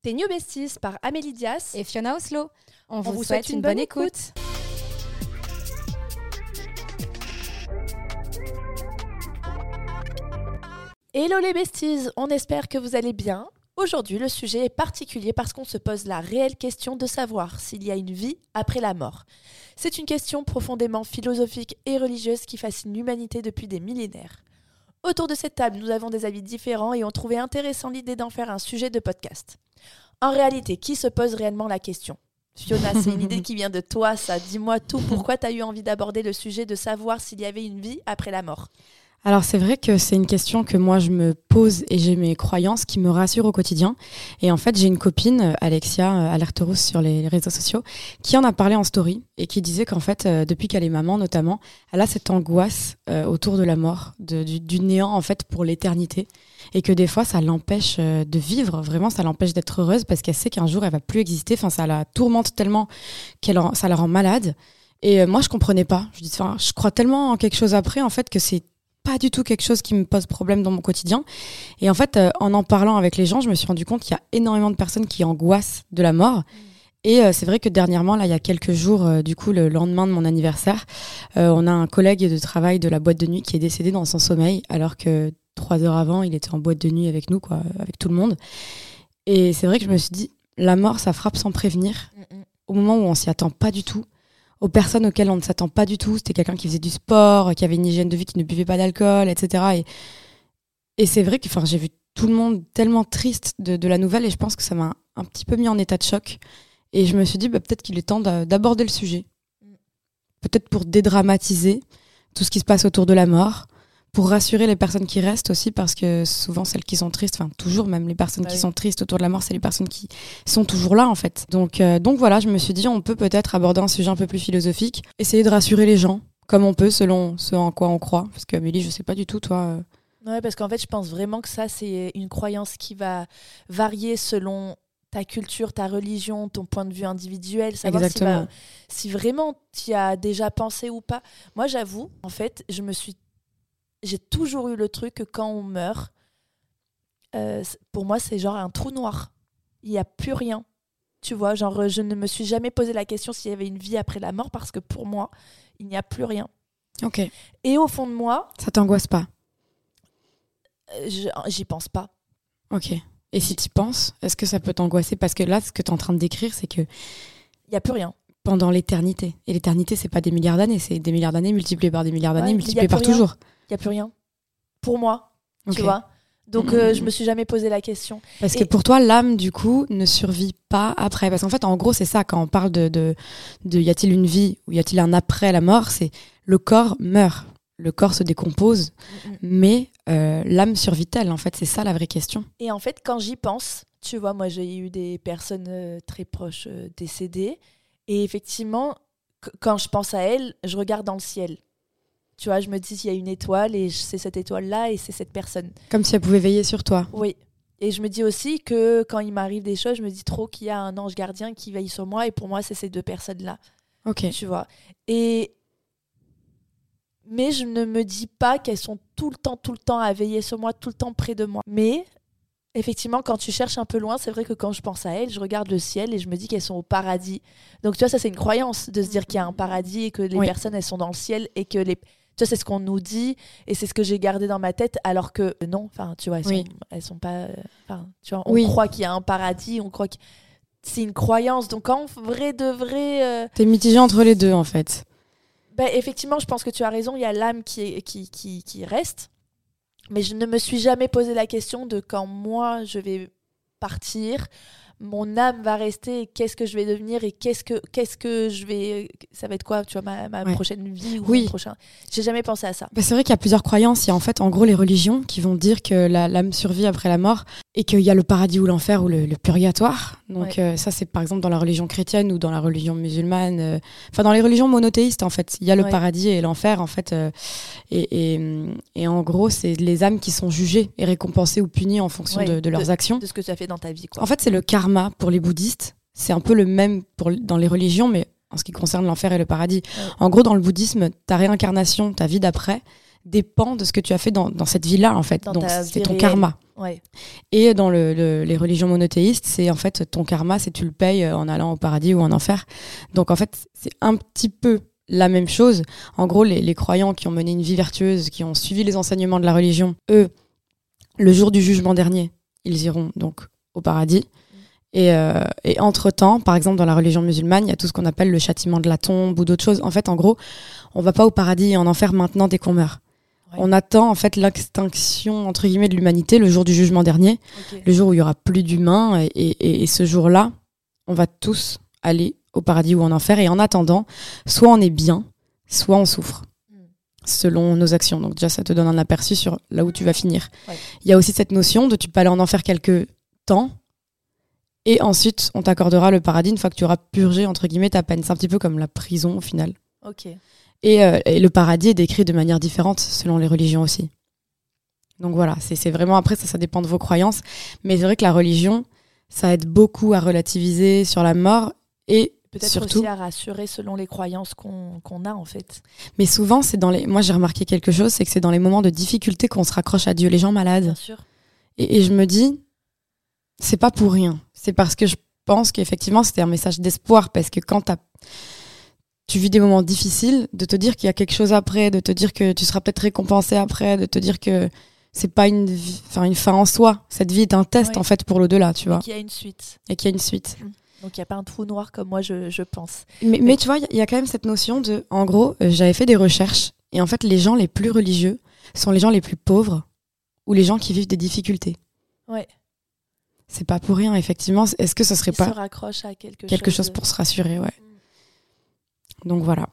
Tes New Besties par Amélie Dias et Fiona Oslo. On vous souhaite une bonne écoute. Hello les besties, on espère que vous allez bien. Aujourd'hui, le sujet est particulier parce qu'on se pose la réelle question de savoir s'il y a une vie après la mort. C'est une question profondément philosophique et religieuse qui fascine l'humanité depuis des millénaires. Autour de cette table, nous avons des avis différents et on trouvait intéressant l'idée d'en faire un sujet de podcast. En réalité, qui se pose réellement la question ? Fiona, c'est une idée qui vient de toi, ça. Dis-moi tout, pourquoi tu as eu envie d'aborder le sujet de savoir s'il y avait une vie après la mort ? Alors c'est vrai que c'est une question que moi je me pose et j'ai mes croyances qui me rassurent au quotidien. Et en fait j'ai une copine, Alexia, Alerte Rousse sur les réseaux sociaux, qui en a parlé en story et qui disait qu'en fait depuis qu'elle est maman notamment, elle a cette angoisse autour de la mort, du néant en fait pour l'éternité. Et que des fois ça l'empêche de vivre, vraiment ça l'empêche d'être heureuse parce qu'elle sait qu'un jour elle va plus exister. Enfin ça la tourmente tellement ça la rend malade. Et moi je comprenais pas. Je crois tellement en quelque chose après en fait que c'est pas du tout quelque chose qui me pose problème dans mon quotidien. Et en fait, en parlant avec les gens, je me suis rendu compte qu'il y a énormément de personnes qui angoissent de la mort. Et c'est vrai que dernièrement, là, il y a quelques jours, du coup, le lendemain de mon anniversaire, on a un collègue de travail de la boîte de nuit qui est décédé dans son sommeil, alors que 3 heures avant, il était en boîte de nuit avec nous, quoi, avec tout le monde. Et c'est vrai que je me suis dit, la mort, ça frappe sans prévenir, au moment où on s'y attend pas du tout. Aux personnes auxquelles on ne s'attend pas du tout. C'était quelqu'un qui faisait du sport, qui avait une hygiène de vie, qui ne buvait pas d'alcool, etc. Et c'est vrai que j'ai vu tout le monde tellement triste de la nouvelle et je pense que ça m'a un petit peu mis en état de choc. Et je me suis dit, peut-être qu'il est temps d'aborder le sujet. Peut-être pour dédramatiser tout ce qui se passe autour de la mort, pour rassurer les personnes qui restent aussi, parce que souvent celles qui sont tristes, enfin toujours même les personnes qui sont tristes autour de la mort, c'est les personnes qui sont toujours là en fait. Donc voilà, je me suis dit on peut peut-être aborder un sujet un peu plus philosophique, essayer de rassurer les gens comme on peut selon ce en quoi on croit. Parce qu'Amélie, je sais pas du tout toi. Ouais, parce qu'en fait je pense vraiment que ça c'est une croyance qui va varier selon ta culture, ta religion, ton point de vue individuel, savoir si vraiment tu y as déjà pensé ou pas. Moi j'avoue, en fait, j'ai toujours eu le truc que quand on meurt, pour moi, c'est genre un trou noir. Il n'y a plus rien. Tu vois, genre, je ne me suis jamais posé la question s'il y avait une vie après la mort parce que pour moi, il n'y a plus rien. Ok. Et au fond de moi... Ça t'angoisse pas ? J'y pense pas. Ok. Et si tu y penses, est-ce que ça peut t'angoisser ? Parce que là, ce que tu es en train de décrire, c'est que... Il n'y a plus rien. Pendant l'éternité. Et l'éternité, c'est pas des milliards d'années, c'est des milliards d'années multipliées par des milliards d'années, multipliées par toujours. Il n'y a plus rien. Pour moi, tu vois. Donc, je me suis jamais posé la question. Parce que pour toi, l'âme, du coup, ne survit pas après. Parce qu'en fait, en gros, c'est ça, quand on parle de y a-t-il une vie ou y a-t-il un après la mort, c'est le corps meurt. Le corps se décompose, mais l'âme survit-elle ? En fait, c'est ça la vraie question. Et en fait, quand j'y pense, tu vois, moi, j'ai eu des personnes très proches décédées. Et effectivement, quand je pense à elles, je regarde dans le ciel. Tu vois, je me dis, il y a une étoile et c'est cette étoile-là et c'est cette personne. Comme si elle pouvait veiller sur toi. Oui. Et je me dis aussi que quand il m'arrive des choses, je me dis trop qu'il y a un ange gardien qui veille sur moi et pour moi, c'est ces deux personnes-là. Ok. Tu vois. Mais je ne me dis pas qu'elles sont tout le temps à veiller sur moi, tout le temps près de moi. Mais effectivement, quand tu cherches un peu loin, c'est vrai que quand je pense à elles, je regarde le ciel et je me dis qu'elles sont au paradis. Donc tu vois, ça c'est une croyance de se dire qu'il y a un paradis et que les personnes, elles sont dans le ciel et que les... Tu vois, c'est ce qu'on nous dit et c'est ce que j'ai gardé dans ma tête, alors que non, enfin, tu vois, elles sont pas... tu vois, on croit qu'il y a un paradis, on croit que c'est une croyance. Donc en vrai de vrai... T'es mitigée entre les deux, en fait. Effectivement, je pense que tu as raison, il y a l'âme qui reste, mais je ne me suis jamais posé la question de quand moi, je vais partir... mon âme va rester et qu'est-ce que je vais devenir et qu'est-ce que je vais... Ça va être quoi, tu vois, ma prochaine vie ou mon prochain... J'ai jamais pensé à ça. C'est vrai qu'il y a plusieurs croyances. Il y a en fait, en gros, les religions qui vont dire que l'âme survit après la mort et qu'il y a le paradis ou l'enfer ou le purgatoire. Donc ça, c'est par exemple dans la religion chrétienne ou dans la religion musulmane. Enfin, dans les religions monothéistes, en fait. Il y a le paradis et l'enfer, en fait. Et en gros, c'est les âmes qui sont jugées et récompensées ou punies en fonction de leurs actions. De ce que tu as fait dans ta vie, quoi. En fait, c'est le karma pour les bouddhistes. C'est un peu le même dans les religions, mais en ce qui concerne l'enfer et le paradis. En gros, dans le bouddhisme, ta réincarnation, ta vie d'après, dépend de ce que tu as fait dans cette vie-là, en fait. Dans Donc, ta c'est vie ton réelle. karma. Ouais. Et dans les religions monothéistes, c'est en fait ton karma, c'est tu le payes en allant au paradis ou en enfer. Donc, en fait, c'est un petit peu la même chose. En gros, les croyants qui ont mené une vie vertueuse, qui ont suivi les enseignements de la religion, eux, le jour du jugement dernier, ils iront donc au paradis. Et entre-temps, par exemple, dans la religion musulmane, il y a tout ce qu'on appelle le châtiment de la tombe ou d'autres choses. En fait, en gros, on va pas au paradis et en enfer maintenant dès qu'on meurt. Ouais. On attend en fait l'extinction entre guillemets de l'humanité, le jour du jugement dernier, le jour où il y aura plus d'humains. Et ce jour-là, on va tous aller au paradis ou en enfer. Et en attendant, soit on est bien, soit on souffre. Selon nos actions. Donc déjà, ça te donne un aperçu sur là où tu vas finir. Ouais. Il y a aussi cette notion de tu peux aller en enfer quelques temps. Et ensuite, on t'accordera le paradis une fois que tu auras purgé, entre guillemets, ta peine. C'est un petit peu comme la prison, au final. Ok. Et le paradis est décrit de manière différente selon les religions aussi. Donc voilà, c'est vraiment... Après, ça dépend de vos croyances. Mais c'est vrai que la religion, ça aide beaucoup à relativiser sur la mort et peut-être surtout aussi à rassurer selon les croyances qu'on a, en fait. Mais souvent, c'est dans les... Moi, j'ai remarqué quelque chose, c'est que c'est dans les moments de difficulté qu'on se raccroche à Dieu. Les gens malades. Bien sûr. Et je me dis... C'est pas pour rien. C'est parce que je pense qu'effectivement, c'était un message d'espoir. Parce que quand tu vis des moments difficiles, de te dire qu'il y a quelque chose après, de te dire que tu seras peut-être récompensé après, de te dire que c'est pas une fin en soi. Cette vie est un test, en fait, pour l'au-delà, tu vois. Et qu'il y a une suite. Et qu'il y a une suite. Donc, il n'y a pas un trou noir comme moi, je pense. Mais tu vois, il y a quand même cette notion de... En gros, j'avais fait des recherches. Et en fait, les gens les plus religieux sont les gens les plus pauvres ou les gens qui vivent des difficultés. Ouais. C'est pas pour rien, effectivement. Est-ce que ce serait pas se raccroche à quelque chose pour se rassurer, ouais. Donc voilà.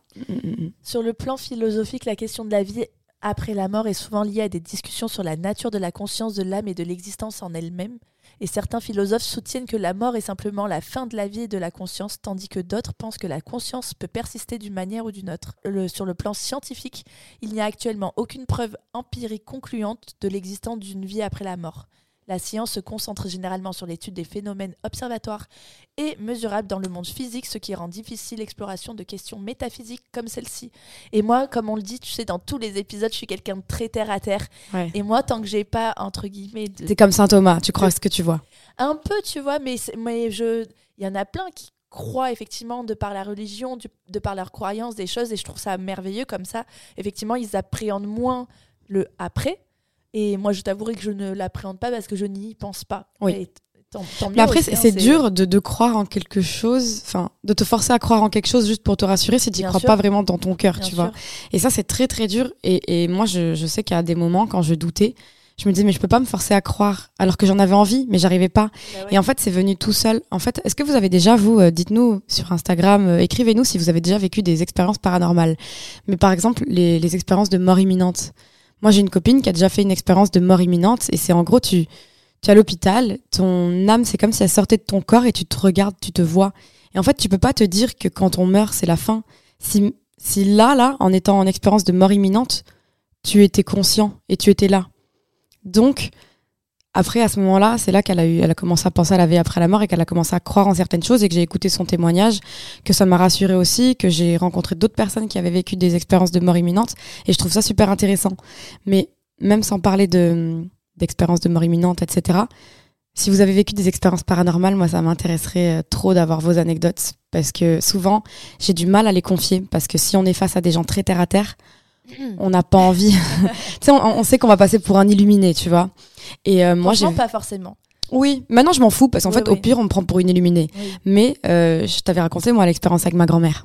Sur le plan philosophique, la question de la vie après la mort est souvent liée à des discussions sur la nature de la conscience de l'âme et de l'existence en elle-même. Et certains philosophes soutiennent que la mort est simplement la fin de la vie et de la conscience, tandis que d'autres pensent que la conscience peut persister d'une manière ou d'une autre. Sur le plan scientifique, il n'y a actuellement aucune preuve empirique concluante de l'existence d'une vie après la mort. La science se concentre généralement sur l'étude des phénomènes observatoires et mesurables dans le monde physique, ce qui rend difficile l'exploration de questions métaphysiques comme celle-ci. Et moi, comme on le dit, tu sais, dans tous les épisodes, je suis quelqu'un de très terre-à-terre. Ouais. Et moi, tant que j'ai pas, entre guillemets... T'es comme Saint Thomas, tu crois à ce que tu vois. Un peu, tu vois, mais il y en a plein qui croient effectivement, de par la religion, de par leur croyance, des choses, et je trouve ça merveilleux comme ça. Effectivement, ils appréhendent moins le après. Et moi, je t'avouerai que je ne l'appréhende pas parce que je n'y pense pas. Oui. Tant mieux. Mais après, aussi, c'est dur de croire en quelque chose, enfin, de te forcer à croire en quelque chose juste pour te rassurer si tu ne crois pas vraiment dans ton cœur, tu vois. Et ça, c'est très, très dur. Et moi, je sais qu'il y a des moments, quand je doutais, je me disais, mais je peux pas me forcer à croire, alors que j'en avais envie, mais j'arrivais pas. Bah ouais. Et en fait, c'est venu tout seul. En fait, est-ce que vous avez déjà, vous, dites-nous sur Instagram, écrivez-nous si vous avez déjà vécu des expériences paranormales. Mais par exemple, les expériences de mort imminente. Moi, j'ai une copine qui a déjà fait une expérience de mort imminente et c'est en gros, tu es à l'hôpital, ton âme, c'est comme si elle sortait de ton corps et tu te regardes, tu te vois. Et en fait, tu peux pas te dire que quand on meurt, c'est la fin. Si là, en étant en expérience de mort imminente, tu étais conscient et tu étais là. Donc, après, à ce moment-là, c'est là qu'elle a commencé à penser à la vie après la mort et qu'elle a commencé à croire en certaines choses et que j'ai écouté son témoignage, que ça m'a rassurée aussi, que j'ai rencontré d'autres personnes qui avaient vécu des expériences de mort imminente et je trouve ça super intéressant. Mais même sans parler d'expériences de mort imminente, etc., si vous avez vécu des expériences paranormales, moi, ça m'intéresserait trop d'avoir vos anecdotes parce que souvent, j'ai du mal à les confier parce que si on est face à des gens très terre à terre, on n'a pas envie. Tu sais, on sait qu'on va passer pour un illuminé, tu vois. Et moi, pas forcément. Oui, maintenant je m'en fous parce qu'en fait, au pire, on me prend pour une illuminée. Oui. Mais je t'avais raconté, moi, l'expérience avec ma grand-mère.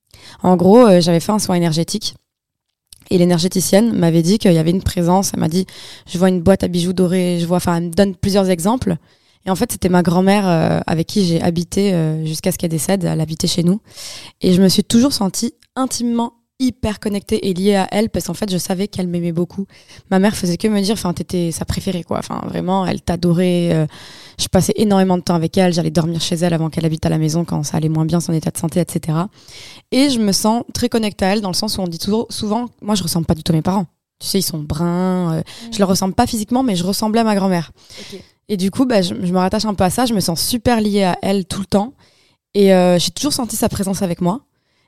En gros, j'avais fait un soin énergétique et l'énergéticienne m'avait dit qu'il y avait une présence. Elle m'a dit, je vois une boîte à bijoux dorés, elle me donne plusieurs exemples. Et en fait, c'était ma grand-mère avec qui j'ai habité jusqu'à ce qu'elle décède. Elle habitait chez nous. Et je me suis toujours sentie intimement hyper connectée et liée à elle parce qu'en fait je savais qu'elle m'aimait beaucoup. Ma mère faisait que me dire, enfin t'étais sa préférée quoi, enfin vraiment elle t'adorait. Je passais énormément de temps avec elle, j'allais dormir chez elle avant qu'elle habite à la maison quand ça allait moins bien son état de santé, etc. Et je me sens très connectée à elle dans le sens où on dit souvent, moi je ressemble pas du tout à mes parents. Tu sais, ils sont bruns, je leur ressemble pas physiquement mais je ressemblais à ma grand-mère. Okay. Et du coup je me rattache un peu à ça, je me sens super liée à elle tout le temps et j'ai toujours senti sa présence avec moi.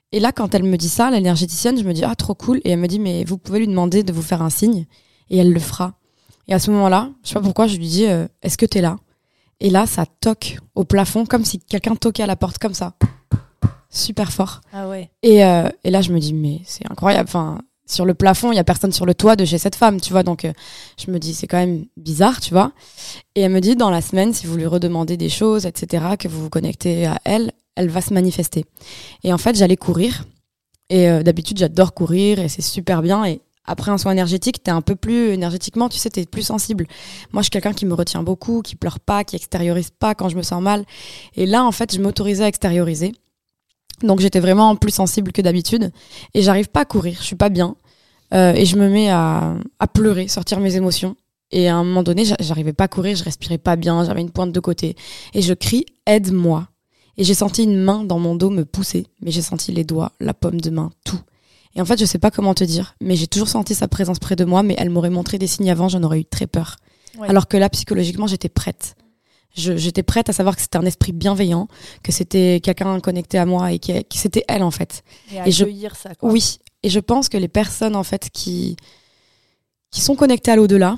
Et là, quand elle me dit ça, l'énergéticienne, je me dis, ah, trop cool. Et elle me dit, mais vous pouvez lui demander de vous faire un signe et elle le fera. Et à ce moment-là, je sais pas pourquoi, je lui dis, est-ce que t'es là? Et là, ça toque au plafond, comme si quelqu'un toquait à la porte, comme ça. Super fort. Ah ouais. Et là, je me dis, mais c'est incroyable. Enfin, sur le plafond, il y a personne sur le toit de chez cette femme, tu vois. Donc, je me dis, c'est quand même bizarre, tu vois. Et elle me dit, dans la semaine, si vous lui redemandez des choses, etc., que vous vous connectez à elle, elle va se manifester. Et en fait, j'allais courir. Et d'habitude, j'adore courir et c'est super bien. Et après un soin énergétique, t'es un peu plus énergétiquement, tu sais, t'es plus sensible. Moi, je suis quelqu'un qui me retient beaucoup, qui pleure pas, qui extériorise pas quand je me sens mal. Et là, en fait, je m'autorisais à extérioriser. Donc, j'étais vraiment plus sensible que d'habitude. Et j'arrive pas à courir, je suis pas bien. Et je me mets à pleurer, sortir mes émotions. Et à un moment donné, j'arrivais pas à courir, je respirais pas bien, j'avais une pointe de côté. Et je crie « Aide-moi !» Et j'ai senti une main dans mon dos me pousser, mais j'ai senti les doigts, la paume de main, tout. Et en fait, je sais pas comment te dire, mais j'ai toujours senti sa présence près de moi, mais elle m'aurait montré des signes avant, j'en aurais eu très peur. Ouais. Alors que là, psychologiquement, j'étais prête. J'étais prête à savoir que c'était un esprit bienveillant, que c'était quelqu'un connecté à moi et que c'était elle, en fait. Et accueillir ça, quoi. Oui, et je pense que les personnes, en fait, qui sont connectées à l'au-delà,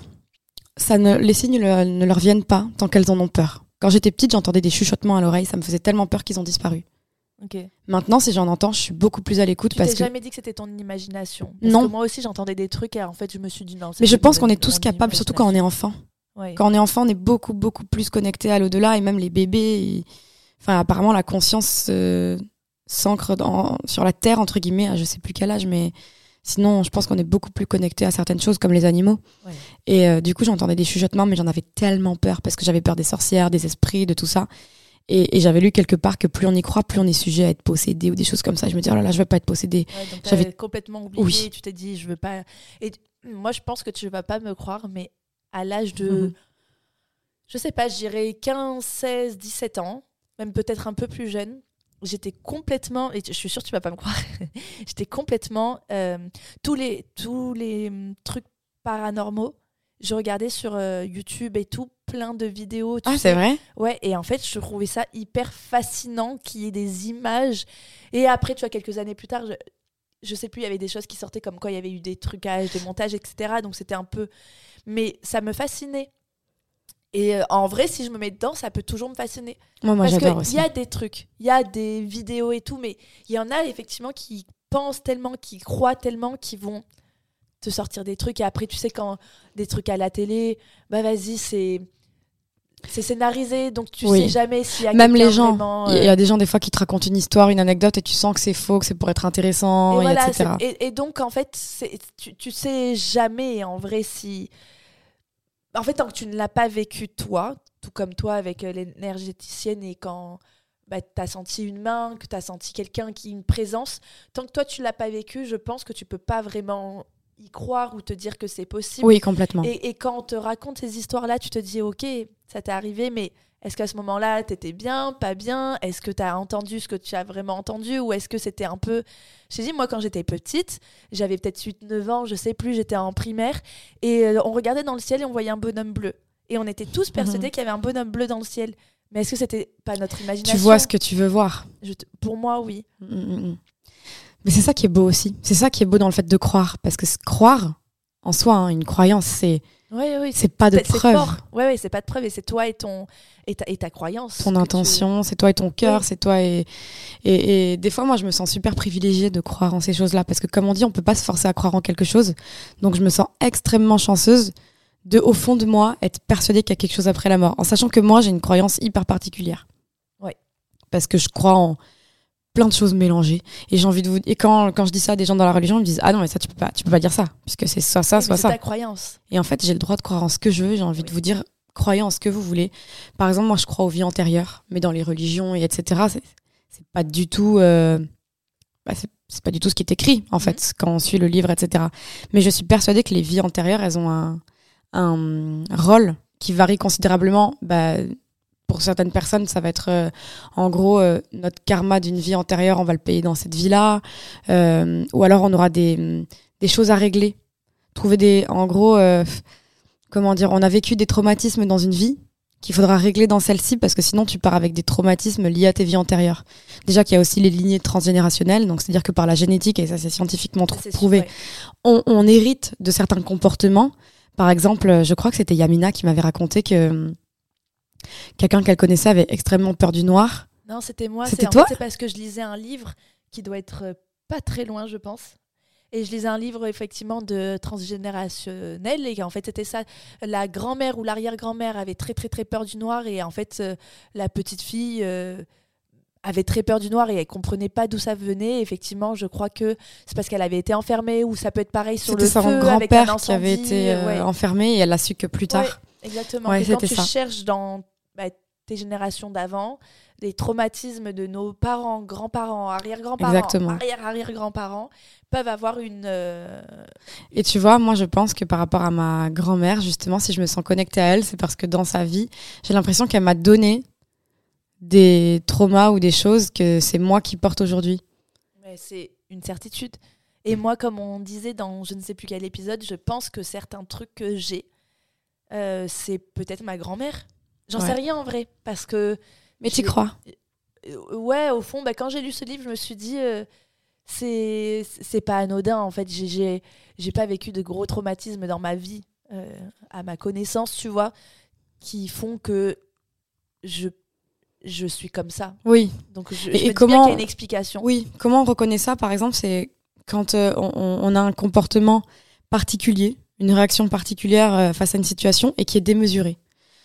les signes ne leur viennent pas tant qu'elles en ont peur. Quand j'étais petite, j'entendais des chuchotements à l'oreille, ça me faisait tellement peur qu'ils ont disparu. Okay. Maintenant, si j'en entends, je suis beaucoup plus à l'écoute. Tu t'es jamais dit que c'était ton imagination? Non. Parce que moi aussi, j'entendais des trucs et en fait, je me suis dit non. Mais je pense qu'on est tous capables, surtout quand on est enfant. Ouais. Quand on est enfant, on est beaucoup, beaucoup plus connecté à l'au-delà et même les bébés. Enfin, apparemment, la conscience s'ancre sur la terre, entre guillemets, à je sais plus quel âge, mais sinon, je pense qu'on est beaucoup plus connecté à certaines choses comme les animaux. Ouais. Et du coup, j'entendais des chuchotements, mais j'en avais tellement peur parce que j'avais peur des sorcières, des esprits, de tout ça. Et j'avais lu quelque part que plus on y croit, plus on est sujet à être possédé ou des choses comme ça. Je me dis, oh là là, je veux pas être possédé. Ouais, donc j'avais complètement oublié, oui. Tu t'es dit, je veux pas. Et moi, je pense que tu vas pas me croire, mais à l'âge de, je sais pas, je dirais 15, 16, 17 ans, même peut-être un peu plus jeune, j'étais complètement, et je suis sûre que tu vas pas me croire, j'étais complètement, tous les trucs paranormaux, je regardais sur YouTube et tout, plein de vidéos. Ah, c'est vrai? Ouais, et en fait, je trouvais ça hyper fascinant qu'il y ait des images. Et après, tu vois, quelques années plus tard, je sais plus, il y avait des choses qui sortaient comme quoi il y avait eu des trucages, des montages, etc. Donc c'était un peu... Mais ça me fascinait. Et en vrai, si je me mets dedans, ça peut toujours me fasciner. Moi, parce j'adore aussi. Il y a des trucs, il y a des vidéos et tout, mais il y en a effectivement qui pensent tellement, qui croient tellement, qui vont te sortir des trucs. Et après, tu sais, quand des trucs à la télé, bah vas-y, c'est scénarisé, donc tu sais jamais s'il y a même les gens, vraiment, il y a des gens des fois qui te racontent une histoire, une anecdote et tu sens que c'est faux, que c'est pour être intéressant, et voilà, etc. Et donc en fait tu sais jamais en vrai si, en fait tant que tu ne l'as pas vécu toi, tout comme toi avec l'énergéticienne, et quand t'as senti une main, que t'as senti quelqu'un une présence, tant que toi tu l'as pas vécu, je pense que tu peux pas vraiment y croire ou te dire que c'est possible. Oui, complètement. Et quand on te raconte ces histoires-là, tu te dis, ok, ça t'est arrivé, mais est-ce qu'à ce moment-là, t'étais bien, pas bien? Est-ce que t'as entendu ce que tu as vraiment entendu? Ou est-ce que c'était un peu... Je t'ai dit, moi, quand j'étais petite, j'avais peut-être 8-9 ans, je sais plus, j'étais en primaire, et on regardait dans le ciel et on voyait un bonhomme bleu. Et on était tous persuadés qu'il y avait un bonhomme bleu dans le ciel. Mais est-ce que c'était pas notre imagination? Tu vois ce que tu veux voir. Pour moi, oui. Mais c'est ça qui est beau aussi. C'est ça qui est beau dans le fait de croire. Parce que croire, en soi, hein, une croyance, c'est pas de preuve. Oui, c'est pas de preuve. Et c'est toi et ta croyance. Ton intention, c'est toi et ton cœur, c'est toi et des fois, moi, je me sens super privilégiée de croire en ces choses-là. Parce que comme on dit, on peut pas se forcer à croire en quelque chose. Donc, je me sens extrêmement chanceuse de, au fond de moi, être persuadée qu'il y a quelque chose après la mort. En sachant que moi, j'ai une croyance hyper particulière. Ouais. Parce que je crois en plein de choses mélangées, et j'ai envie de vous, et quand je dis ça à des gens dans la religion, ils me disent, ah non, mais ça tu peux pas dire ça, puisque c'est soit ça, soit ça. C'est ta croyance. Et en fait, j'ai le droit de croire en ce que je veux. J'ai envie de vous dire, croyez en ce que vous voulez. Par exemple, moi je crois aux vies antérieures, mais dans les religions et etc, c'est pas du tout c'est pas du tout ce qui est écrit en fait quand on suit le livre, etc. Mais je suis persuadée que les vies antérieures, elles ont un rôle qui varie considérablement. Pour certaines personnes, ça va être en gros notre karma d'une vie antérieure, on va le payer dans cette vie-là, ou alors on aura des choses à régler. Trouver on a vécu des traumatismes dans une vie qu'il faudra régler dans celle-ci, parce que sinon tu pars avec des traumatismes liés à tes vies antérieures. Déjà qu'il y a aussi les lignées transgénérationnelles, donc c'est-à-dire que par la génétique, et ça c'est scientifiquement prouvé, on hérite de certains comportements. Par exemple, je crois que c'était Yamina qui m'avait raconté que quelqu'un qu'elle connaissait avait extrêmement peur du noir. Non, c'était moi. C'était toi ? C'est parce que je lisais un livre qui doit être pas très loin, je pense. Et je lisais un livre, effectivement, de transgénérationnel. Et en fait, c'était ça. La grand-mère ou l'arrière-grand-mère avait très, très, très peur du noir. Et en fait, la petite fille avait très peur du noir et elle comprenait pas d'où ça venait. Et effectivement, je crois que c'est parce qu'elle avait été enfermée, ou ça peut être pareil sur le feu. C'était son avec un grand-père qui avait été enfermé et elle l'a su que plus tard. Ouais, exactement. Ouais, quand tu ça. cherches dans tes générations d'avant, les traumatismes de nos parents, grands-parents, arrière-grands-parents, arrière-arrière-grands-parents peuvent avoir une... Et tu vois, moi je pense que par rapport à ma grand-mère, justement, si je me sens connectée à elle, c'est parce que dans sa vie, j'ai l'impression qu'elle m'a donné des traumas ou des choses que c'est moi qui porte aujourd'hui. Mais c'est une certitude. Et moi, comme on disait dans je ne sais plus quel épisode, je pense que certains trucs que j'ai, c'est peut-être ma grand-mère. J'en sais rien en vrai, parce que... Mais t'y crois ? Ouais, au fond, quand j'ai lu ce livre, je me suis dit, c'est pas anodin, en fait. J'ai pas vécu de gros traumatismes dans ma vie, à ma connaissance, tu vois, qui font que je suis comme ça. Oui. Donc je me dis bien qu'il y a une explication. Oui, comment on reconnaît ça, par exemple, c'est quand on a un comportement particulier, une réaction particulière face à une situation et qui est démesurée.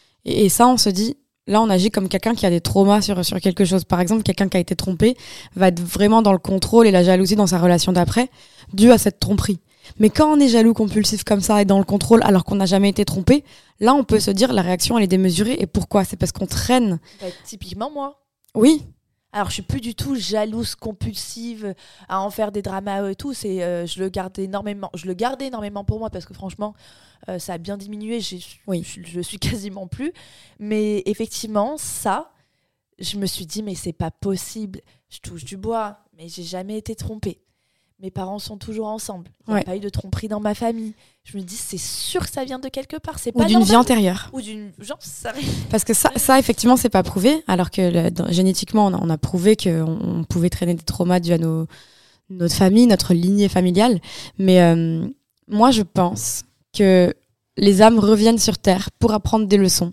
Et ça, on se dit, là, on agit comme quelqu'un qui a des traumas sur quelque chose. Par exemple, quelqu'un qui a été trompé va être vraiment dans le contrôle et la jalousie dans sa relation d'après, dû à cette tromperie. Mais quand on est jaloux, compulsif comme ça et dans le contrôle alors qu'on n'a jamais été trompé, là, on peut se dire, la réaction, elle est démesurée. Et pourquoi ? C'est parce qu'on traîne. Typiquement, moi. Oui. Alors, je suis plus du tout jalouse, compulsive, à en faire des dramas et tout. Je le gardais énormément pour moi parce que franchement, ça a bien diminué. Je suis quasiment plus. Mais effectivement, ça, je me suis dit, mais c'est pas possible. Je touche du bois, mais j'ai jamais été trompée. Mes parents sont toujours ensemble. Il n'y a pas eu de tromperie dans ma famille. Je me dis, c'est sûr que ça vient de quelque part. C'est ou pas d'une normal. vie antérieure. Ou d'une... Genre, ça... Parce que ça, effectivement, c'est pas prouvé. Alors que génétiquement, on a prouvé qu'on pouvait traîner des traumas dus à notre famille, notre lignée familiale. Mais moi, je pense que les âmes reviennent sur Terre pour apprendre des leçons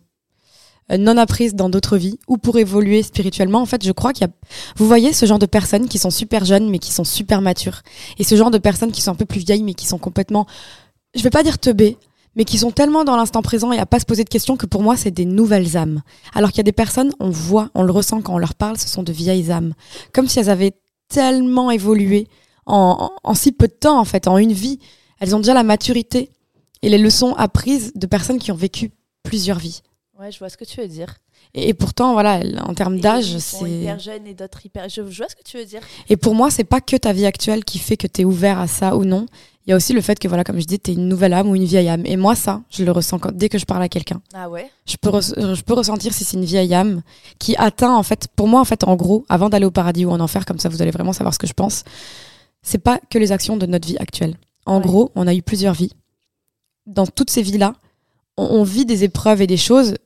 non apprises dans d'autres vies ou pour évoluer spirituellement. En fait, je crois qu'il y a... Vous voyez ce genre de personnes qui sont super jeunes mais qui sont super matures. Et ce genre de personnes qui sont un peu plus vieilles mais qui sont complètement... Je vais pas dire teubées, mais qui sont tellement dans l'instant présent et à pas se poser de questions que pour moi, c'est des nouvelles âmes. Alors qu'il y a des personnes, on le ressent quand on leur parle, ce sont de vieilles âmes. Comme si elles avaient tellement évolué en si peu de temps, en fait, en une vie. Elles ont déjà la maturité et les leçons apprises de personnes qui ont vécu plusieurs vies. Ouais, je vois ce que tu veux dire. Et pourtant, voilà, en termes d'âge, c'est... hyper jeunes et d'autres hyper... Je vois ce que tu veux dire. Et pour moi, c'est pas que ta vie actuelle qui fait que t'es ouvert à ça ou non. Il y a aussi le fait que, voilà, comme je dis, t'es une nouvelle âme ou une vieille âme. Et moi, ça, je le ressens dès que je parle à quelqu'un. Ah ouais ? Je peux ressentir si c'est une vieille âme qui atteint, en fait, pour moi, en fait, en gros, avant d'aller au paradis ou en enfer, comme ça, vous allez vraiment savoir ce que je pense, c'est pas que les actions de notre vie actuelle. En gros, on a eu plusieurs vies. Dans toutes ces vies-là, on vit des épreuves et des choses.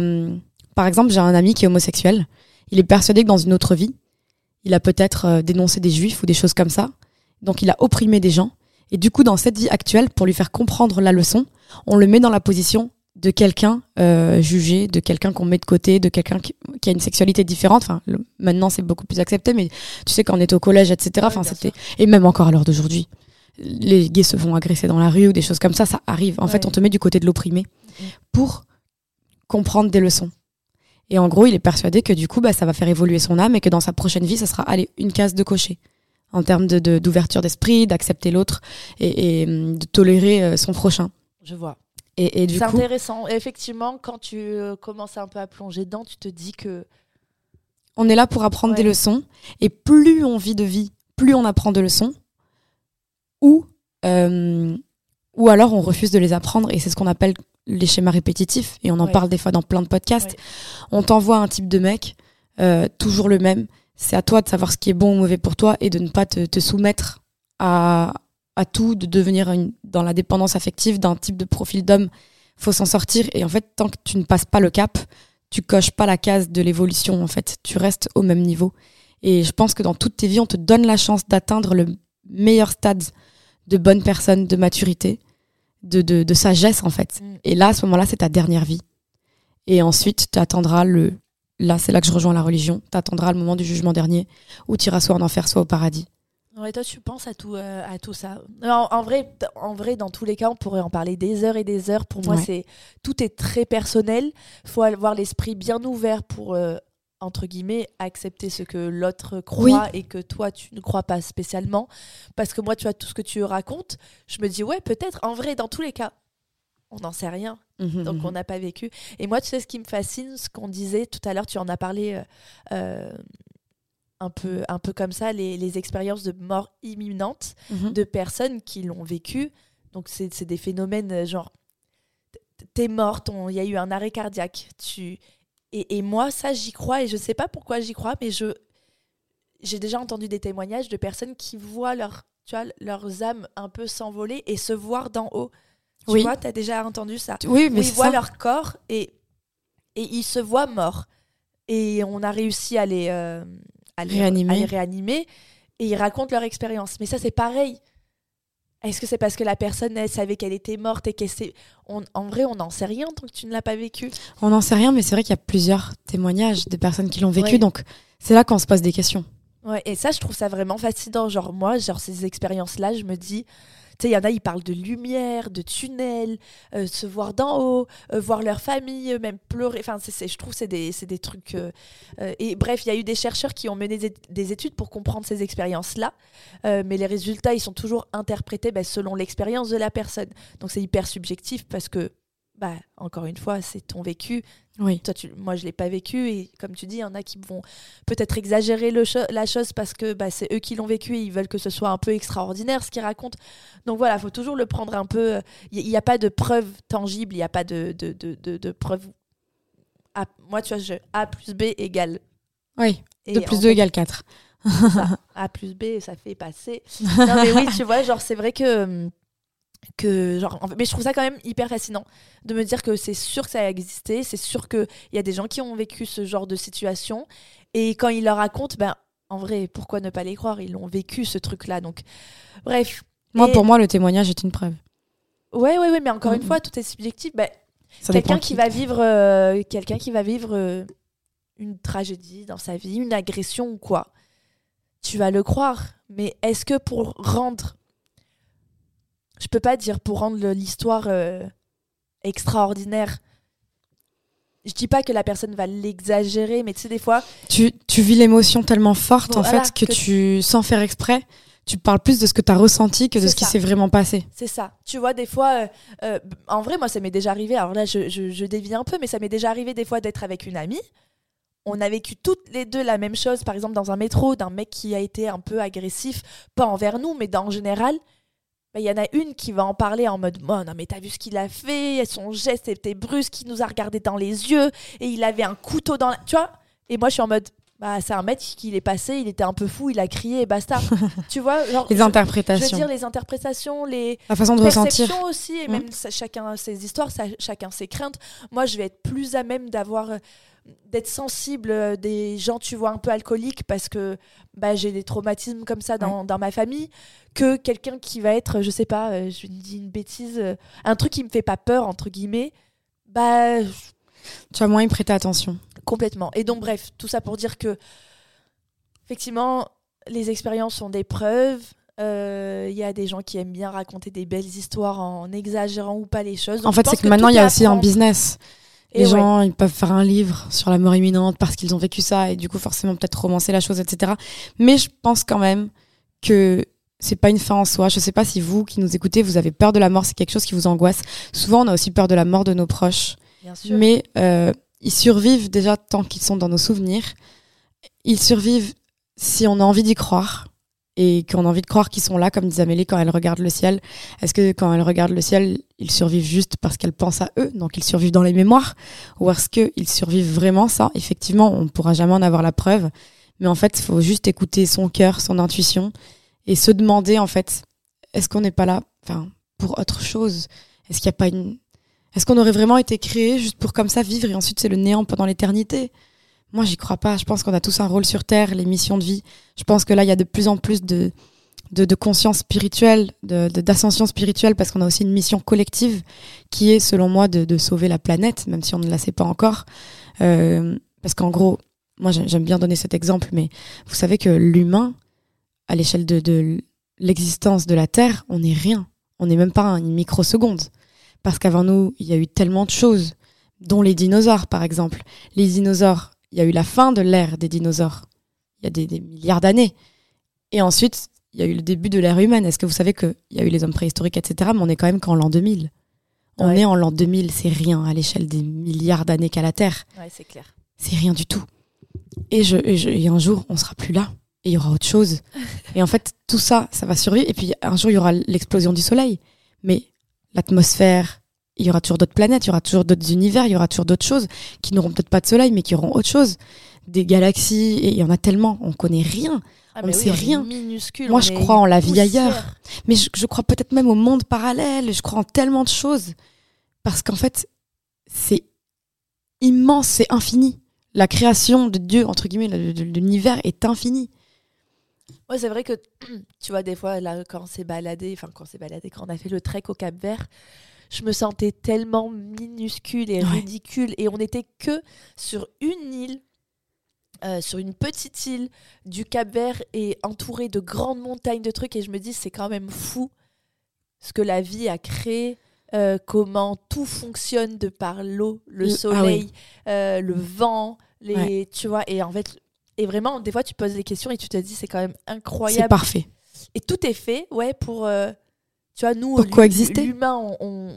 Par exemple, j'ai un ami qui est homosexuel. Il est persuadé que dans une autre vie, il a peut-être dénoncé des juifs ou des choses comme ça. Donc, il a opprimé des gens. Et du coup, dans cette vie actuelle, pour lui faire comprendre la leçon, on le met dans la position de quelqu'un jugé, de quelqu'un qu'on met de côté, de quelqu'un qui a une sexualité différente. Enfin, maintenant, c'est beaucoup plus accepté, mais tu sais, quand on est au collège, etc., enfin, c'était... Et même encore à l'heure d'aujourd'hui, les gays se font agresser dans la rue ou des choses comme ça arrive. En fait, on te met du côté de l'opprimé pour comprendre des leçons. Et en gros, il est persuadé que du coup, ça va faire évoluer son âme et que dans sa prochaine vie, ça sera une case de cocher en termes d'ouverture d'esprit, d'accepter l'autre et de tolérer son prochain. Je vois. Et du coup, c'est intéressant. Et effectivement, quand tu commences un peu à plonger dedans, tu te dis que... On est là pour apprendre des leçons. Et plus on vit de vie, plus on apprend de leçons. Ou alors on refuse de les apprendre. Et c'est ce qu'on appelle les schémas répétitifs. Et on en parle des fois dans plein de podcasts. On t'envoie un type de mec, toujours le même. C'est à toi de savoir ce qui est bon ou mauvais pour toi et de ne pas te soumettre à tout, de devenir dans la dépendance affective d'un type de profil d'homme. Faut s'en sortir. Et en fait, tant que tu ne passes pas le cap, tu coches pas la case de l'évolution, en fait. Tu restes au même niveau. Et je pense que dans toutes tes vies, on te donne la chance d'atteindre le meilleur stade de bonne personne, de maturité, de sagesse, en fait. Et là, à ce moment-là, c'est ta dernière vie. Et ensuite, tu attendras Là, c'est là que je rejoins la religion. Tu attendras le moment du jugement dernier où tu iras soit en enfer, soit au paradis. Ouais, toi, tu penses à tout ça. En vrai, dans tous les cas, on pourrait en parler des heures et des heures. Pour moi, tout est très personnel. Il faut avoir l'esprit bien ouvert pour, entre guillemets, accepter ce que l'autre croit et que toi, tu ne crois pas spécialement. Parce que moi, tu vois, tout ce que tu racontes, je me dis, ouais, peut-être, en vrai, dans tous les cas, on n'en sait rien. Donc, on n'a pas vécu. Et moi, tu sais, ce qui me fascine, ce qu'on disait tout à l'heure, tu en as parlé un peu comme ça, les expériences de mort imminente de personnes qui l'ont vécu. Donc, c'est des phénomènes genre, t'es morte, il y a eu un arrêt cardiaque. Et moi, ça, j'y crois. Et je sais pas pourquoi j'y crois, mais j'ai déjà entendu des témoignages de personnes qui voient leurs âmes un peu s'envoler et se voir d'en haut. Tu vois, t'as déjà entendu ça? Oui, mais ils voient leur corps et ils se voient morts. Et on a réussi à les réanimer. Et ils racontent leur expérience. Mais ça, c'est pareil. Est-ce que c'est parce que la personne, elle savait qu'elle était morte et en vrai, on n'en sait rien tant que tu ne l'as pas vécu. On n'en sait rien, mais c'est vrai qu'il y a plusieurs témoignages de personnes qui l'ont vécu. Donc, c'est là qu'on se pose des questions. Ouais, et ça, je trouve ça vraiment fascinant. Genre, moi, ces expériences-là, je me dis... Tu sais, il y en a, ils parlent de lumière, de tunnels, se voir d'en haut, voir leur famille, même pleurer. Enfin, je trouve que c'est des trucs... et bref, il y a eu des chercheurs qui ont mené des études pour comprendre ces expériences-là. Mais les résultats, ils sont toujours interprétés selon l'expérience de la personne. Donc, c'est hyper subjectif parce que, encore une fois, c'est ton vécu. Oui. Toi, moi, je ne l'ai pas vécu. Et comme tu dis, il y en a qui vont peut-être exagérer la chose parce que c'est eux qui l'ont vécu et ils veulent que ce soit un peu extraordinaire ce qu'ils racontent. Donc voilà, il faut toujours le prendre un peu... Il n'y a pas de preuve tangible, il n'y a pas de preuve... Moi, tu vois, A plus B égale... Oui, 2 plus 2 égale 4. A plus B, ça fait passer... Non mais oui, tu vois, genre c'est vrai que mais je trouve ça quand même hyper fascinant de me dire que c'est sûr que ça a existé, c'est sûr qu'il y a des gens qui ont vécu ce genre de situation et quand ils leur racontent, en vrai, pourquoi ne pas les croire, ils l'ont vécu ce truc-là. Donc bref. Pour moi, le témoignage est une preuve. Ouais, mais encore une fois, tout est subjectif. Quelqu'un qui va vivre une tragédie dans sa vie, une agression ou quoi, tu vas le croire. Mais est-ce que pour rendre... Je peux pas dire pour rendre l'histoire extraordinaire. Je dis pas que la personne va l'exagérer, mais tu sais, des fois... Tu vis l'émotion tellement forte, en fait, que tu, sans faire exprès, tu parles plus de ce que tu as ressenti que de ce qui s'est vraiment passé. C'est ça. Tu vois, des fois... en vrai, moi, ça m'est déjà arrivé. Alors là, je dévie un peu, mais ça m'est déjà arrivé des fois d'être avec une amie. On a vécu toutes les deux la même chose, par exemple, dans un métro, d'un mec qui a été un peu agressif, pas envers nous, mais en général... Il y en a une qui va en parler en mode non mais t'as vu ce qu'il a fait, son geste était brusque, il nous a regardé dans les yeux et il avait un couteau dans tu vois, et moi je suis en mode c'est un mec qui l'est passé, il était un peu fou, il a crié et basta. Tu vois, genre, les interprétations, je veux dire les interprétations, la façon de ressentir aussi, et même chacun ses histoires, chacun ses craintes. Moi je vais être plus à même d'être sensible des gens, tu vois, un peu alcooliques parce que j'ai des traumatismes comme ça dans ma famille, que quelqu'un qui va être, je sais pas, je dis une bêtise, un truc qui me fait pas peur, entre guillemets, tu vas moins y prêter attention. Complètement. Et donc, bref, tout ça pour dire que, effectivement, les expériences sont des preuves. Il y a des gens qui aiment bien raconter des belles histoires en exagérant ou pas les choses. Donc, en fait, c'est que maintenant, il y a aussi un business. Les gens, ils peuvent faire un livre sur la mort imminente parce qu'ils ont vécu ça et du coup, forcément, peut-être romancer la chose, etc. Mais je pense quand même que c'est pas une fin en soi. Je sais pas si vous, qui nous écoutez, vous avez peur de la mort, c'est quelque chose qui vous angoisse. Souvent, on a aussi peur de la mort de nos proches. Bien sûr. Mais ils survivent déjà tant qu'ils sont dans nos souvenirs. Ils survivent si on a envie d'y croire et qu'on a envie de croire qu'ils sont là, comme disait Amélie quand elle regarde le ciel. Est-ce que quand elle regarde le ciel, ils survivent juste parce qu'elle pense à eux, donc ils survivent dans les mémoires, ou est-ce qu'ils survivent vraiment? Ça, effectivement, on ne pourra jamais en avoir la preuve. Mais en fait, il faut juste écouter son cœur, son intuition et se demander, en fait, est-ce qu'on n'est pas là pour autre chose? Est-ce qu'il n'y a pas Est-ce qu'on aurait vraiment été créé juste pour comme ça vivre et ensuite c'est le néant pendant l'éternité? Moi, j'y crois pas. Je pense qu'on a tous un rôle sur Terre, les missions de vie. Je pense que là, il y a de plus en plus de conscience spirituelle, d'ascension spirituelle, parce qu'on a aussi une mission collective qui est, selon moi, de sauver la planète, même si on ne la sait pas encore. Parce qu'en gros, moi, j'aime bien donner cet exemple, mais vous savez que l'humain, à l'échelle de l'existence de la Terre, on n'est rien. On n'est même pas une microseconde. Parce qu'avant nous, il y a eu tellement de choses, dont les dinosaures, par exemple. Les dinosaures, il y a eu la fin de l'ère des dinosaures, il y a des milliards d'années. Et ensuite, il y a eu le début de l'ère humaine. Est-ce que vous savez qu'il y a eu les hommes préhistoriques, etc. Mais on est quand même qu'en l'an 2000. On est en l'an 2000, c'est rien à l'échelle des milliards d'années qu'a la Terre. Ouais, c'est clair. C'est rien du tout. Et un jour, on sera plus là. Et il y aura autre chose. Et en fait, tout ça, ça va survivre. Et puis, un jour, il y aura l'explosion du Soleil. Mais l'atmosphère, il y aura toujours d'autres planètes, il y aura toujours d'autres univers, il y aura toujours d'autres choses qui n'auront peut-être pas de Soleil, mais qui auront autre chose. Des galaxies, et il y en a tellement. On connaît rien. On ne sait rien. Moi, je crois en la vie ailleurs. Mais je crois peut-être même au monde parallèle. Je crois en tellement de choses. Parce qu'en fait, c'est immense, c'est infini. La création de Dieu, entre guillemets, de l'univers est infinie. Ouais, c'est vrai que, tu vois, des fois, là, quand on a fait le trek au Cap-Vert, je me sentais tellement minuscule et ridicule. Et on n'était que sur une île, sur une petite île du Cap-Vert et entourée de grandes montagnes de trucs. Et je me dis, c'est quand même fou ce que la vie a créé, comment tout fonctionne de par l'eau, le soleil, le vent, tu vois. Et en fait, et vraiment, des fois, tu poses des questions et tu te dis, c'est quand même incroyable. C'est parfait. Et tout est fait, pour, tu vois, nous, pour coexister. L'humain,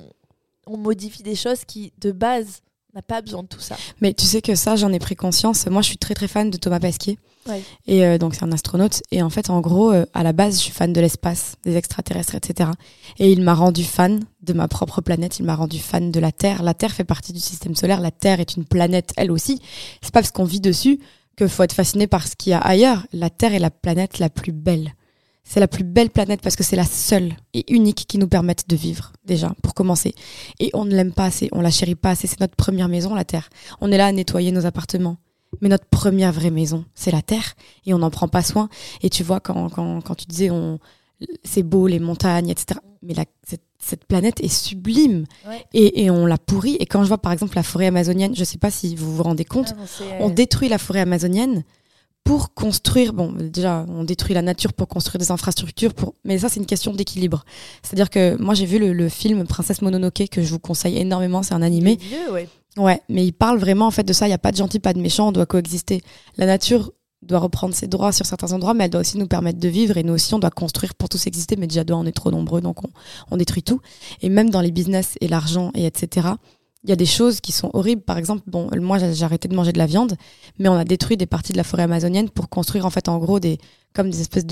on modifie des choses qui, de base, n'a pas besoin de tout ça. Mais tu sais que ça, j'en ai pris conscience. Moi, je suis très très fan de Thomas Pesquet. Ouais. Et donc, c'est un astronaute. Et en fait, en gros, à la base, je suis fan de l'espace, des extraterrestres, etc. Et il m'a rendu fan de ma propre planète. Il m'a rendu fan de la Terre. La Terre fait partie du système solaire. La Terre est une planète, elle aussi. C'est pas parce qu'on vit dessus qu'il faut être fasciné par ce qu'il y a ailleurs. La Terre est la planète la plus belle. C'est la plus belle planète parce que c'est la seule et unique qui nous permette de vivre, déjà, pour commencer. Et on ne l'aime pas assez, on la chérit pas assez. C'est notre première maison, la Terre. On est là à nettoyer nos appartements. Mais notre première vraie maison, c'est la Terre. Et on n'en prend pas soin. Et tu vois, quand tu disais, c'est beau, les montagnes, etc. Mais cette planète est sublime. Ouais. Et on la pourrit. Et quand je vois, par exemple, la forêt amazonienne, je sais pas si vous vous rendez compte, on détruit la forêt amazonienne pour construire, déjà, on détruit la nature pour construire des infrastructures, mais ça, c'est une question d'équilibre. C'est-à-dire que moi, j'ai vu le film Princesse Mononoke, que je vous conseille énormément, c'est un animé. C'est vieux, ouais. Ouais, mais il parle vraiment, en fait, de ça. Il n'y a pas de gentil, pas de méchant, on doit coexister. La nature doit reprendre ses droits sur certains endroits, mais elle doit aussi nous permettre de vivre, et nous aussi, on doit construire pour tous exister, mais déjà, on est trop nombreux, donc on détruit tout. Et même dans les business et l'argent, et etc., il y a des choses qui sont horribles. Par exemple, moi, j'ai arrêté de manger de la viande, mais on a détruit des parties de la forêt amazonienne pour construire, en fait, en gros, comme des espèces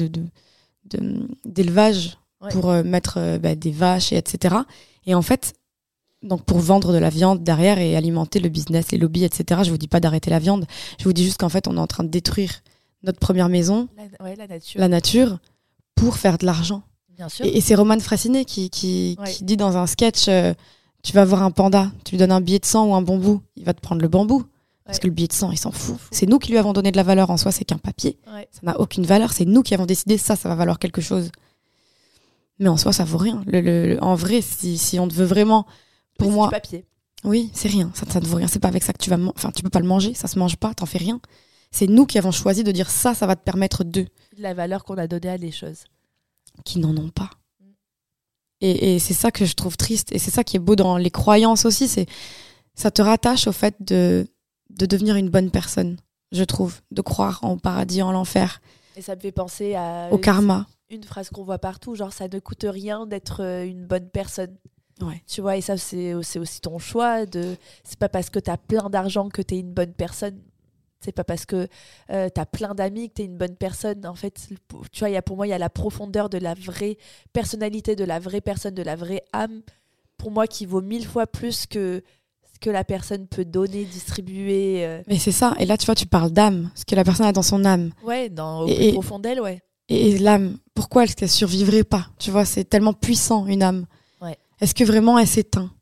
d'élevage pour mettre des vaches, et etc. Et en fait, donc pour vendre de la viande derrière et alimenter le business, les lobbies, etc. Je vous dis pas d'arrêter la viande. Je vous dis juste qu'en fait, on est en train de détruire notre première maison, la nature, pour faire de l'argent. Bien sûr. Et c'est Roman Frassinet qui dit dans un sketch... tu vas voir un panda, tu lui donnes un billet de 100 ou un bambou, il va te prendre le bambou. Parce que le billet de 100, il s'en fout. C'est nous qui lui avons donné de la valeur en soi, c'est qu'un papier. Ouais. Ça n'a aucune valeur, c'est nous qui avons décidé ça va valoir quelque chose. Mais en soi, ça vaut rien. En vrai, si on te veut vraiment, pour moi... C'est du papier. Oui, c'est rien, ça ne vaut rien. C'est pas avec ça que tu vas... Enfin, tu peux pas le manger, ça se mange pas, t'en fais rien. C'est nous qui avons choisi de dire ça va te permettre de... La valeur qu'on a donnée à des choses. Qui n'en ont pas. Et c'est ça que je trouve triste. Et c'est ça qui est beau dans les croyances aussi. Ça te rattache au fait de devenir une bonne personne, je trouve. De croire en paradis, en l'enfer. Et ça me fait penser au karma. Une phrase qu'on voit partout, genre ça ne coûte rien d'être une bonne personne. Ouais. Tu vois, et ça, c'est aussi ton choix. C'est pas parce que t'as plein d'argent que t'es une bonne personne. C'est pas parce que t'as plein d'amis que t'es une bonne personne. En fait, tu vois, pour moi, il y a la profondeur de la vraie personnalité, de la vraie personne, de la vraie âme, pour moi, qui vaut 1000 fois plus que ce que la personne peut donner, distribuer. Mais c'est ça. Et là, tu vois, tu parles d'âme, ce que la personne a dans son âme. Ouais, au plus profond d'elle, ouais. Et l'âme, pourquoi est-ce qu'elle survivrait pas? Tu vois, c'est tellement puissant, une âme. Ouais. Est-ce que vraiment elle s'éteint?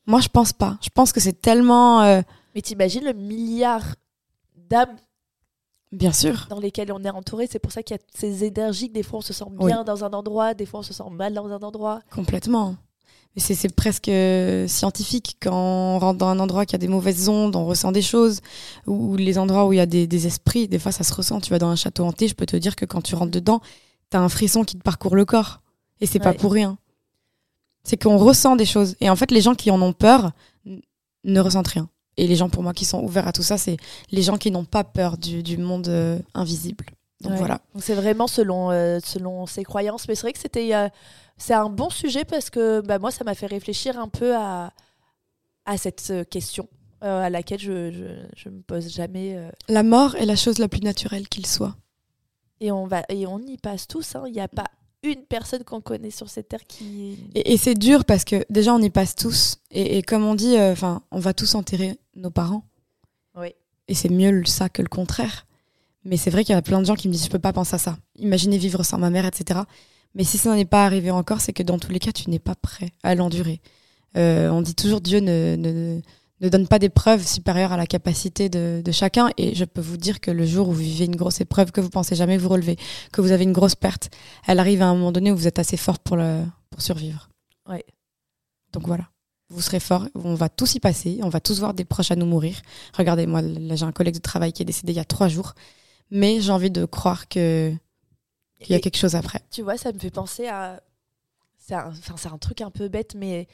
Moi, je pense pas. Je pense que c'est tellement... Mais t'imagines le milliard d'âmes Bien sûr. dans lesquelles on est entouré. C'est pour ça qu'il y a ces énergies que des fois on se sent bien dans un endroit, des fois on se sent mal dans un endroit. Complètement. Mais c'est presque scientifique. Quand on rentre dans un endroit qui a des mauvaises ondes, on ressent des choses. Ou les endroits où il y a des esprits, des fois ça se ressent. Tu vas dans un château hanté, je peux te dire que quand tu rentres dedans, t'as un frisson qui te parcourt le corps. Et c'est pas pour rien. C'est qu'on ressent des choses. Et en fait, les gens qui en ont peur ne ressentent rien. Et les gens, pour moi, qui sont ouverts à tout ça, c'est les gens qui n'ont pas peur du monde invisible. Donc voilà. Donc c'est vraiment selon ses croyances. Mais c'est vrai que c'est un bon sujet parce que moi, ça m'a fait réfléchir un peu à cette question à laquelle je me pose jamais. La mort est la chose la plus naturelle qu'il soit. Et on y passe tous. Il n'y a pas une personne qu'on connaît sur cette terre qui... Et c'est dur parce que déjà, on y passe tous. Et comme on dit, on va tous enterrer nos parents. Oui. Et c'est mieux ça que le contraire. Mais c'est vrai qu'il y a plein de gens qui me disent, je peux pas penser à ça. Imaginez vivre sans ma mère, etc. Mais si ça n'en est pas arrivé encore, c'est que dans tous les cas, tu n'es pas prêt à l'endurer. On dit toujours, Dieu ne donne pas d'épreuves supérieures à la capacité de chacun. Et je peux vous dire que le jour où vous vivez une grosse épreuve, que vous pensez jamais vous relever, que vous avez une grosse perte, elle arrive à un moment donné où vous êtes assez fort pour survivre. Ouais. Donc voilà. Vous serez fort, on va tous y passer, on va tous voir des proches à nous mourir. Regardez, moi, là, j'ai un collègue de travail qui est décédé il y a 3 jours. Mais j'ai envie de croire qu'il y a quelque chose après. Tu vois, ça me fait penser à... C'est un truc un peu bête, mais...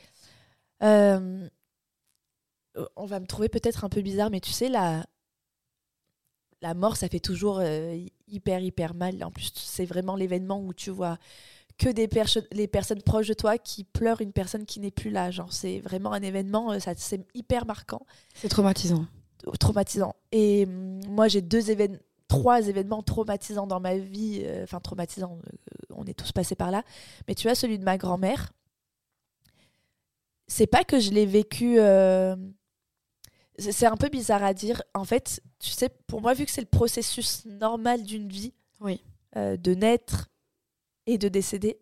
on va me trouver peut-être un peu bizarre, mais tu sais, la mort, ça fait toujours hyper mal. En plus, c'est vraiment l'événement où tu vois que les personnes proches de toi qui pleurent une personne qui n'est plus là. Genre, c'est vraiment un événement, c'est hyper marquant. C'est traumatisant. Traumatisant. Et moi, j'ai 3 événements traumatisants dans ma vie. Enfin, traumatisants, on est tous passés par là. Mais tu vois, celui de ma grand-mère, c'est pas que je l'ai vécu... C'est un peu bizarre à dire. En fait, tu sais, pour moi, vu que c'est le processus normal d'une vie, oui. De naître et de décéder,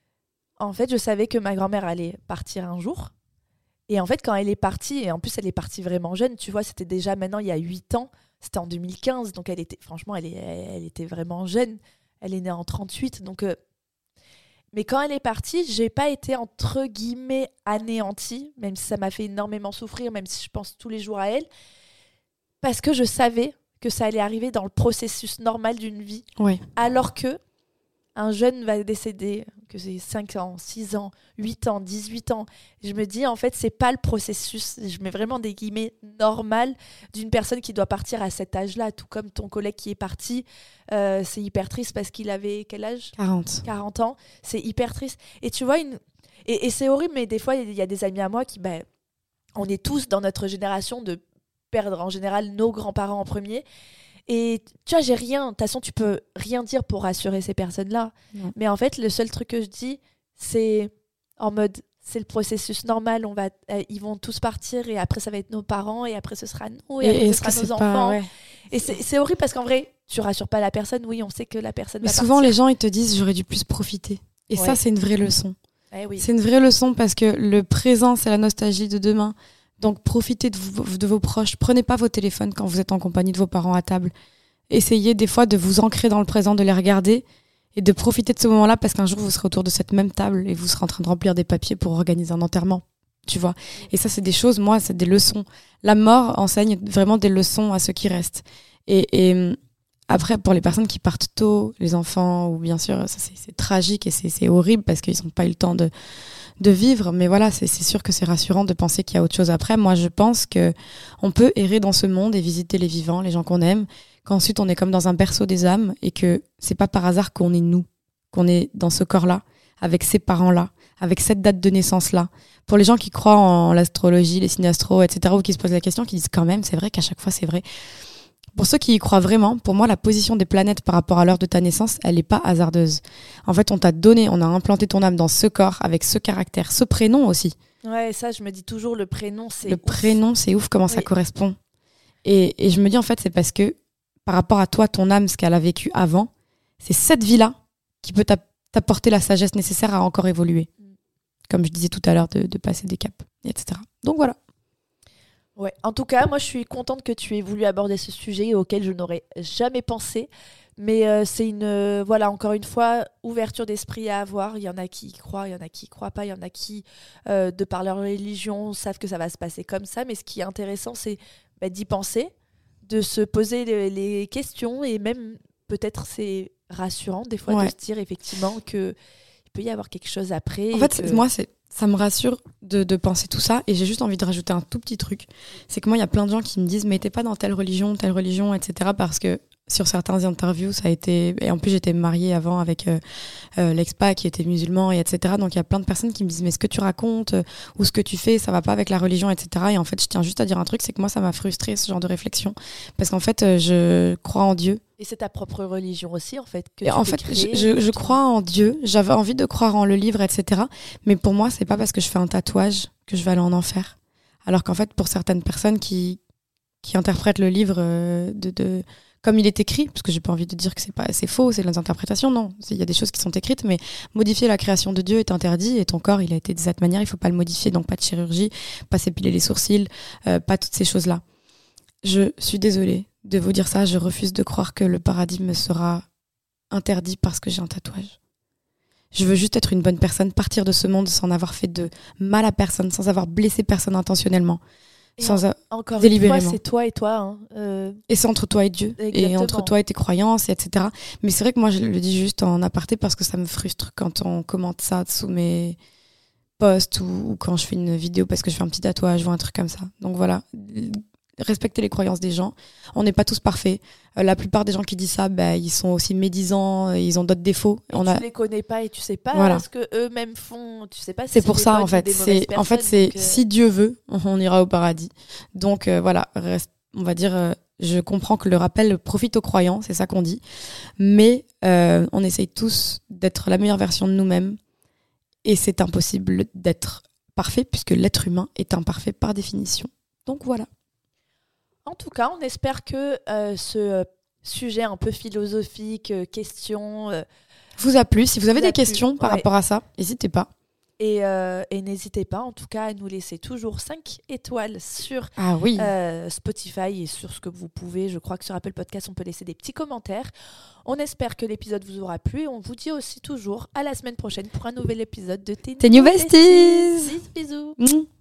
en fait, je savais que ma grand-mère allait partir un jour. Et en fait, quand elle est partie, et en plus, elle est partie vraiment jeune, tu vois, c'était déjà maintenant il y a 8 ans, c'était en 2015, donc elle était vraiment jeune. Elle est née en 38, donc... Mais quand elle est partie, j'ai pas été entre guillemets anéantie, même si ça m'a fait énormément souffrir, même si je pense tous les jours à elle, parce que je savais que ça allait arriver dans le processus normal d'une vie. Oui. Alors que un jeune va décéder, que c'est 5 ans, 6 ans, 8 ans, 18 ans. Je me dis, en fait, c'est pas le processus, je mets vraiment des guillemets, normal d'une personne qui doit partir à cet âge-là, tout comme ton collègue qui est parti. C'est hyper triste parce qu'il avait quel âge ? 40 ans. C'est hyper triste. Et tu vois, et c'est horrible, mais des fois, il y a des amis à moi qui, on est tous dans notre génération de perdre en général nos grands-parents en premier. Et tu vois, j'ai rien. De toute façon, tu peux rien dire pour rassurer ces personnes-là. Non. Mais en fait, le seul truc que je dis, c'est en mode, c'est le processus normal. Ils vont tous partir et après, ça va être nos parents et après, ce sera nous et après, ce sera nos enfants. Ouais. Et c'est horrible parce qu'en vrai, tu rassures pas la personne. Oui, on sait que la personne va partir. Mais souvent, les gens, ils te disent, j'aurais dû plus profiter. Et ça, c'est une vraie leçon. Oui. C'est une vraie leçon parce que le présent, c'est la nostalgie de demain. Donc, profitez de vos proches. Prenez pas vos téléphones quand vous êtes en compagnie de vos parents à table. Essayez des fois de vous ancrer dans le présent, de les regarder et de profiter de ce moment-là parce qu'un jour, vous serez autour de cette même table et vous serez en train de remplir des papiers pour organiser un enterrement. Tu vois ? Et ça, c'est des choses, moi, c'est des leçons. La mort enseigne vraiment des leçons à ceux qui restent. Et après, pour les personnes qui partent tôt, les enfants, ou bien sûr, ça, c'est tragique et c'est horrible parce qu'ils n'ont pas eu le temps de vivre, mais voilà, c'est sûr que c'est rassurant de penser qu'il y a autre chose après. Moi, je pense qu'on peut errer dans ce monde et visiter les vivants, les gens qu'on aime, qu'ensuite on est comme dans un berceau des âmes et que c'est pas par hasard qu'on est nous, qu'on est dans ce corps-là, avec ces parents-là, avec cette date de naissance-là. Pour les gens qui croient en l'astrologie, les signes astro, etc., ou qui se posent la question, qui disent quand même, c'est vrai qu'à chaque fois c'est vrai. Pour ceux qui y croient vraiment, pour moi, la position des planètes par rapport à l'heure de ta naissance, elle n'est pas hasardeuse. En fait, on a implanté ton âme dans ce corps, avec ce caractère, ce prénom aussi. Ouais, ça, je me dis toujours, le prénom, c'est ouf. Prénom, c'est ouf comment ça correspond. Et je me dis, en fait, c'est parce que, par rapport à toi, ton âme, ce qu'elle a vécu avant, c'est cette vie-là qui peut t'apporter la sagesse nécessaire à encore évoluer. Comme je disais tout à l'heure, de passer des caps, etc. Donc voilà. Ouais. En tout cas, moi, je suis contente que tu aies voulu aborder ce sujet auquel je n'aurais jamais pensé. Mais c'est voilà, encore une fois, ouverture d'esprit à avoir. Il y en a qui y croient, il y en a qui y croient pas, il y en a qui, de par leur religion, savent que ça va se passer comme ça. Mais ce qui est intéressant, c'est d'y penser, de se poser les questions, et même peut-être c'est rassurant des fois de se dire effectivement qu'il peut y avoir quelque chose après. En fait, moi, ça me rassure de penser tout ça, et j'ai juste envie de rajouter un tout petit truc. C'est que moi, il y a plein de gens qui me disent « mais t'es pas dans telle religion, etc. » parce que sur certains interviews, ça a été... Et en plus, j'étais mariée avant avec l'ex-pa qui était musulman, et etc. Donc, il y a plein de personnes qui me disent « mais ce que tu racontes ou ce que tu fais, ça va pas avec la religion, etc. » Et en fait, je tiens juste à dire un truc, c'est que moi, ça m'a frustrée, ce genre de réflexion. Parce qu'en fait, je crois en Dieu. Et c'est ta propre religion aussi, en fait, que et tu en fait, créée, je crois en Dieu. J'avais envie de croire en le livre, etc. Mais pour moi, c'est pas parce que je fais un tatouage que je vais aller en enfer. Alors qu'en fait, pour certaines personnes qui interprètent le livre comme il est écrit, parce que j'ai pas envie de dire que c'est faux, c'est de l'interprétation, non. Il y a des choses qui sont écrites, mais modifier la création de Dieu est interdit, et ton corps, il a été de cette manière, il faut pas le modifier, donc pas de chirurgie, pas s'épiler les sourcils, pas toutes ces choses-là. Je suis désolée de vous dire ça, je refuse de croire que le paradis me sera interdit parce que j'ai un tatouage. Je veux juste être une bonne personne, partir de ce monde sans avoir fait de mal à personne, sans avoir blessé personne intentionnellement. Encore délibérément. Une fois, c'est toi et toi. Et c'est entre toi et Dieu. Exactement. Et entre toi et tes croyances, etc. Mais c'est vrai que moi, je le dis juste en aparté parce que ça me frustre quand on commente ça sous mes posts ou quand je fais une vidéo parce que je fais un petit tatouage ou un truc comme ça. Donc voilà, respecter les croyances des gens. On n'est pas tous parfaits. La plupart des gens qui disent ça, ils sont aussi médisants, ils ont d'autres défauts. Tu les connais pas et tu sais pas ce que eux-mêmes font. Tu sais pas si c'est pour ça, en fait. Si Dieu veut, on ira au paradis. Donc voilà, on va dire, je comprends que le rappel profite aux croyants, c'est ça qu'on dit. Mais on essaye tous d'être la meilleure version de nous-mêmes. Et c'est impossible d'être parfait puisque l'être humain est imparfait par définition. Donc voilà. En tout cas, on espère que ce sujet un peu philosophique, question... vous a plu. Si vous avez des questions par rapport à ça, n'hésitez pas. Et n'hésitez pas, en tout cas, à nous laisser toujours 5 étoiles sur Spotify et sur ce que vous pouvez. Je crois que sur Apple Podcast, on peut laisser des petits commentaires. On espère que l'épisode vous aura plu. Et on vous dit aussi toujours à la semaine prochaine pour un nouvel épisode de Tes New Besties. Bisous.